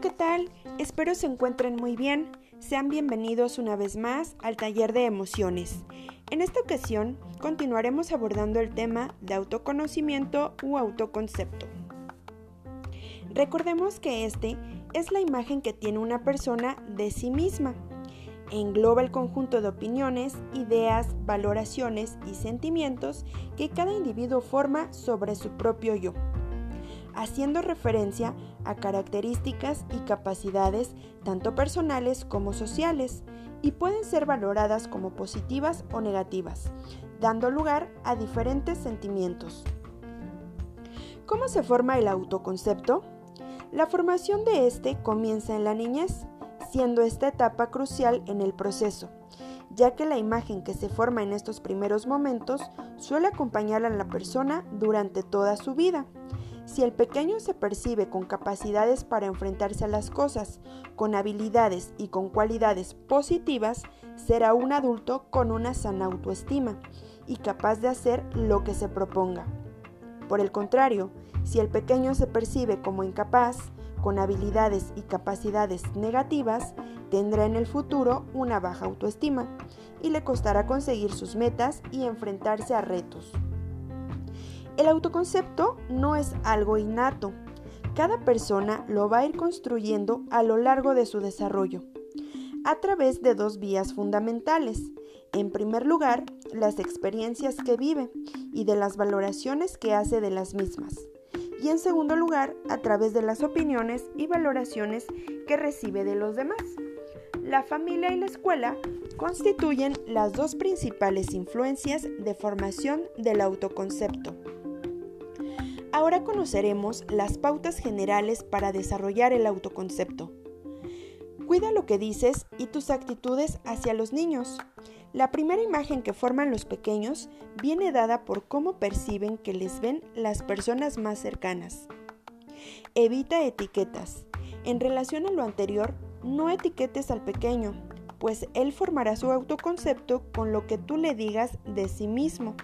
¿qué tal? Espero se encuentren muy bien. Sean bienvenidos una vez más al taller de emociones. En esta ocasión continuaremos abordando el tema de autoconocimiento u autoconcepto. Recordemos que este es la imagen que tiene una persona de sí misma. Engloba el conjunto de opiniones, ideas, valoraciones y sentimientos que cada individuo forma sobre su propio yo, haciendo referencia a características y capacidades tanto personales como sociales, y pueden ser valoradas como positivas o negativas, dando lugar a diferentes sentimientos. ¿Cómo se forma el autoconcepto? La formación de este comienza en la niñez, siendo esta etapa crucial en el proceso, ya que la imagen que se forma en estos primeros momentos suele acompañar a la persona durante toda su vida. Si el pequeño se percibe con capacidades para enfrentarse a las cosas, con habilidades y con cualidades positivas, será un adulto con una sana autoestima y capaz de hacer lo que se proponga. Por el contrario, si el pequeño se percibe como incapaz, con habilidades y capacidades negativas, tendrá en el futuro una baja autoestima y le costará conseguir sus metas y enfrentarse a retos. El autoconcepto no es algo innato. Cada persona lo va a ir construyendo a lo largo de su desarrollo, a través de dos vías fundamentales. En primer lugar, las experiencias que vive y de las valoraciones que hace de las mismas. Y en segundo lugar, a través de las opiniones y valoraciones que recibe de los demás. La familia y la escuela constituyen las dos principales influencias de formación del autoconcepto. Ahora conoceremos las pautas generales para desarrollar el autoconcepto. Cuida lo que dices y tus actitudes hacia los niños. La primera imagen que forman los pequeños viene dada por cómo perciben que les ven las personas más cercanas. Evita etiquetas. En relación a lo anterior, no etiquetes al pequeño, pues él formará su autoconcepto con lo que tú le digas de sí mismo.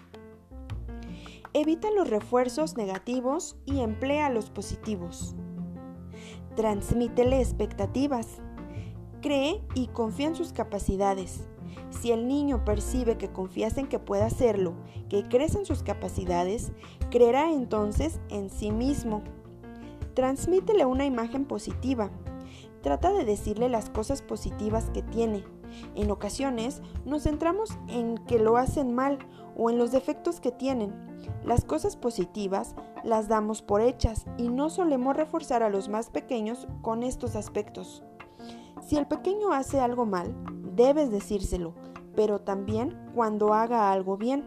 Evita los refuerzos negativos y emplea los positivos. Transmítele expectativas. Cree y confía en sus capacidades. Si el niño percibe que confías en que pueda hacerlo, que crees en sus capacidades, creerá entonces en sí mismo. Transmítele una imagen positiva. Trata de decirle las cosas positivas que tiene. En ocasiones nos centramos en que lo hacen mal o en los defectos que tienen. Las cosas positivas las damos por hechas y no solemos reforzar a los más pequeños con estos aspectos. Si el pequeño hace algo mal, debes decírselo, pero también cuando haga algo bien.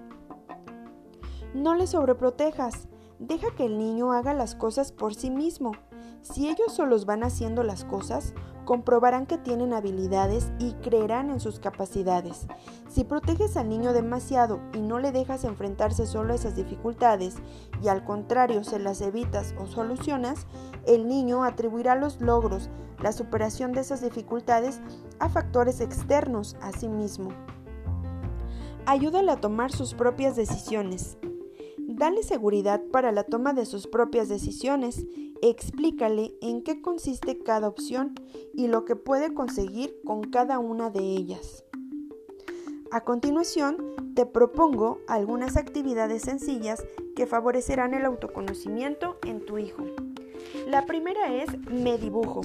No le sobreprotejas, deja que el niño haga las cosas por sí mismo. Si ellos solos van haciendo las cosas, comprobarán que tienen habilidades y creerán en sus capacidades. Si proteges al niño demasiado y no le dejas enfrentarse solo a esas dificultades y al contrario se las evitas o solucionas, el niño atribuirá los logros, la superación de esas dificultades a factores externos a sí mismo. Ayúdale a tomar sus propias decisiones. Dale seguridad para la toma de sus propias decisiones. Explícale en qué consiste cada opción y lo que puede conseguir con cada una de ellas. A continuación, te propongo algunas actividades sencillas que favorecerán el autoconocimiento en tu hijo. La primera es Me dibujo.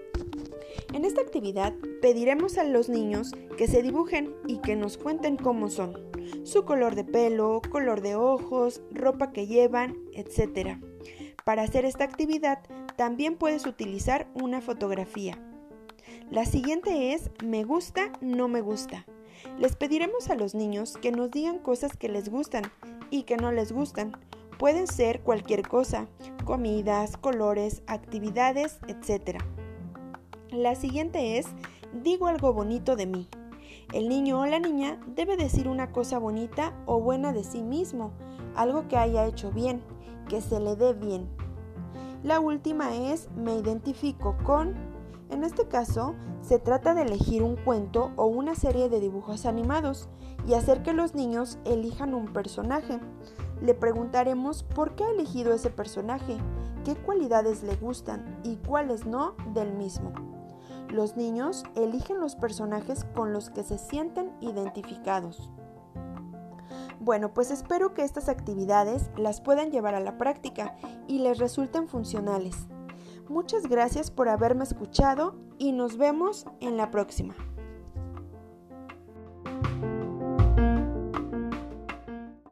En esta actividad pediremos a los niños que se dibujen y que nos cuenten cómo son, su color de pelo, color de ojos, ropa que llevan, etc. Para hacer esta actividad también puedes utilizar una fotografía. La siguiente es Me gusta, no me gusta. Les pediremos a los niños que nos digan cosas que les gustan y que no les gustan. Pueden ser cualquier cosa, comidas, colores, actividades, etc. La siguiente es Digo algo bonito de mí. El niño o la niña debe decir una cosa bonita o buena de sí mismo, algo que haya hecho bien, que se le dé bien. La última es Me identifico con. En este caso, se trata de elegir un cuento o una serie de dibujos animados y hacer que los niños elijan un personaje. Le preguntaremos por qué ha elegido ese personaje, qué cualidades le gustan y cuáles no del mismo. Los niños eligen los personajes con los que se sienten identificados. Bueno, pues espero que estas actividades las puedan llevar a la práctica y les resulten funcionales. Muchas gracias por haberme escuchado y nos vemos en la próxima.